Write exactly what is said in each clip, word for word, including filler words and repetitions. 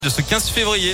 De ce quinze février.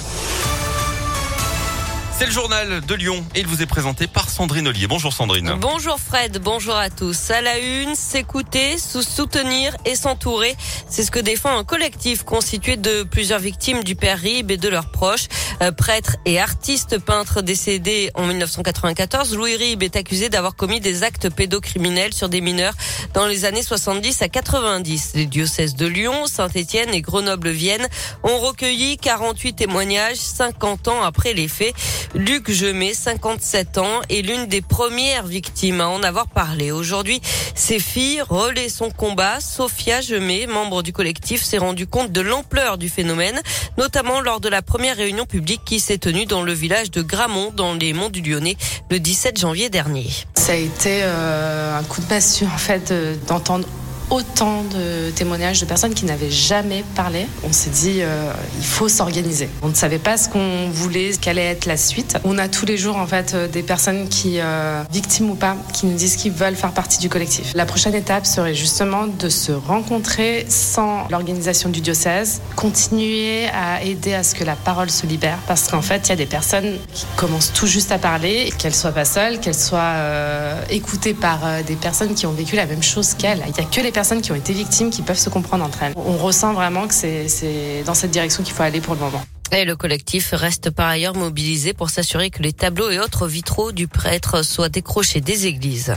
C'est le journal de Lyon et il vous est présenté par Sandrine Ollier. Bonjour Sandrine. Bonjour Fred, bonjour à tous. À la une, s'écouter, se soutenir et s'entourer. C'est ce que défend un collectif constitué de plusieurs victimes du père Ribes et de leurs proches. Euh, prêtre et artiste peintre décédé en dix-neuf cent quatre-vingt-quatorze, Louis Ribes est accusé d'avoir commis des actes pédocriminels sur des mineurs dans les années soixante-dix à quatre-vingt-dix. Les diocèses de Lyon, Saint-Étienne et Grenoble-Vienne ont recueilli quarante-huit témoignages cinquante ans après les faits. Luc Gemet, cinquante-sept ans, est l'une des premières victimes à en avoir parlé. Aujourd'hui, ses filles relaient son combat. Sophia Gemet, membre du collectif, s'est rendue compte de l'ampleur du phénomène, notamment lors de la première réunion publique qui s'est tenue dans le village de Gramont, dans les Monts du Lyonnais, le dix-sept janvier dernier. Ça a été euh, un coup de massue, en fait, euh, d'entendre autant de témoignages de personnes qui n'avaient jamais parlé. On s'est dit, euh, il faut s'organiser. On ne savait pas ce qu'on voulait, ce qu'allait être la suite. On a tous les jours, en fait, des personnes qui, euh, victimes ou pas, qui nous disent qu'ils veulent faire partie du collectif. La prochaine étape serait justement de se rencontrer sans l'organisation du diocèse, continuer à aider à ce que la parole se libère, parce qu'en fait, il y a des personnes qui commencent tout juste à parler, qu'elles soient pas seules, qu'elles soient euh, écoutées par euh, des personnes qui ont vécu la même chose qu'elles. Il n'y a que les personnes qui ont été victimes qui peuvent se comprendre entre elles. On ressent vraiment que c'est, c'est dans cette direction qu'il faut aller pour le moment. Et le collectif reste par ailleurs mobilisé pour s'assurer que les tableaux et autres vitraux du prêtre soient décrochés des églises.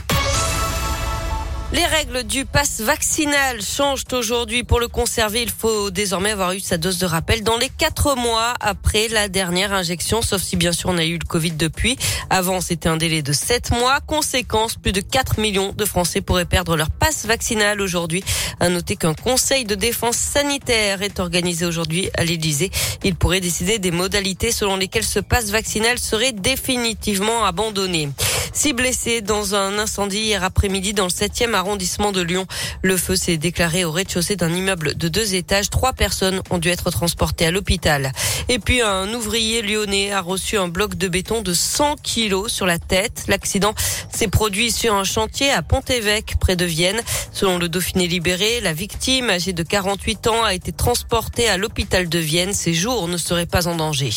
Les règles du pass vaccinal changent aujourd'hui. Pour le conserver, il faut désormais avoir eu sa dose de rappel dans les quatre mois après la dernière injection, sauf si bien sûr on a eu le Covid depuis. Avant, c'était un délai de sept mois. Conséquence, plus de quatre millions de Français pourraient perdre leur pass vaccinal aujourd'hui. À noter qu'un conseil de défense sanitaire est organisé aujourd'hui à l'Élysée. Il pourrait décider des modalités selon lesquelles ce pass vaccinal serait définitivement abandonné. Six blessés dans un incendie hier après-midi dans le septième arrondissement de Lyon. Le feu s'est déclaré au rez-de-chaussée d'un immeuble de deux étages. Trois personnes ont dû être transportées à l'hôpital. Et puis un ouvrier lyonnais a reçu un bloc de béton de cent kilos sur la tête. L'accident s'est produit sur un chantier à Pont-Évêque, près de Vienne. Selon le Dauphiné libéré, la victime, âgée de quarante-huit ans, a été transportée à l'hôpital de Vienne. Ses jours ne seraient pas en danger.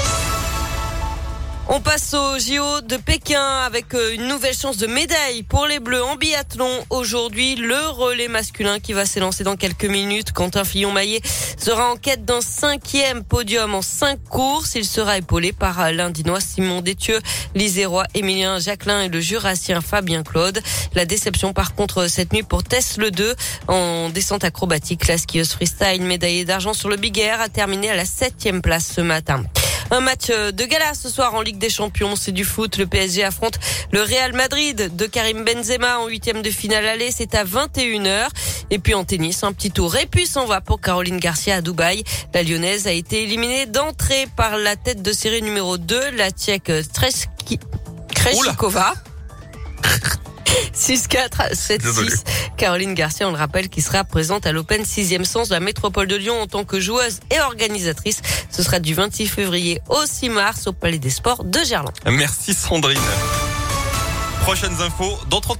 On passe au J O de Pékin avec une nouvelle chance de médaille pour les Bleus en biathlon. Aujourd'hui, le relais masculin qui va s'élancer dans quelques minutes. Quentin Fillon-Maillet sera en quête d'un cinquième podium en cinq courses. Il sera épaulé par l'Indinois Simon Détieux, l'Isérois Émilien Jacquelin et le Jurassien Fabien Claude. La déception par contre cette nuit pour Tess Le deux en descente acrobatique. La skieuse freestyle médaillée d'argent sur le Big Air a terminé à la septième place ce matin. Un match de gala ce soir en Ligue des Champions, c'est du foot. Le P S G affronte le Real Madrid de Karim Benzema en huitième de finale aller. C'est à vingt et une heures. Et puis en tennis, un petit tour. Et puis s'en va pour Caroline Garcia à Dubaï. La Lyonnaise a été éliminée d'entrée par la tête de série numéro deux, la Tchèque Krejcikova. six quatre, sept six. Caroline Garcia, on le rappelle, qui sera présente à l'Open sixième sens de la métropole de Lyon en tant que joueuse et organisatrice. Ce sera du vingt-six février au six mars au Palais des Sports de Gerland. Merci Sandrine. Prochaines infos dans trente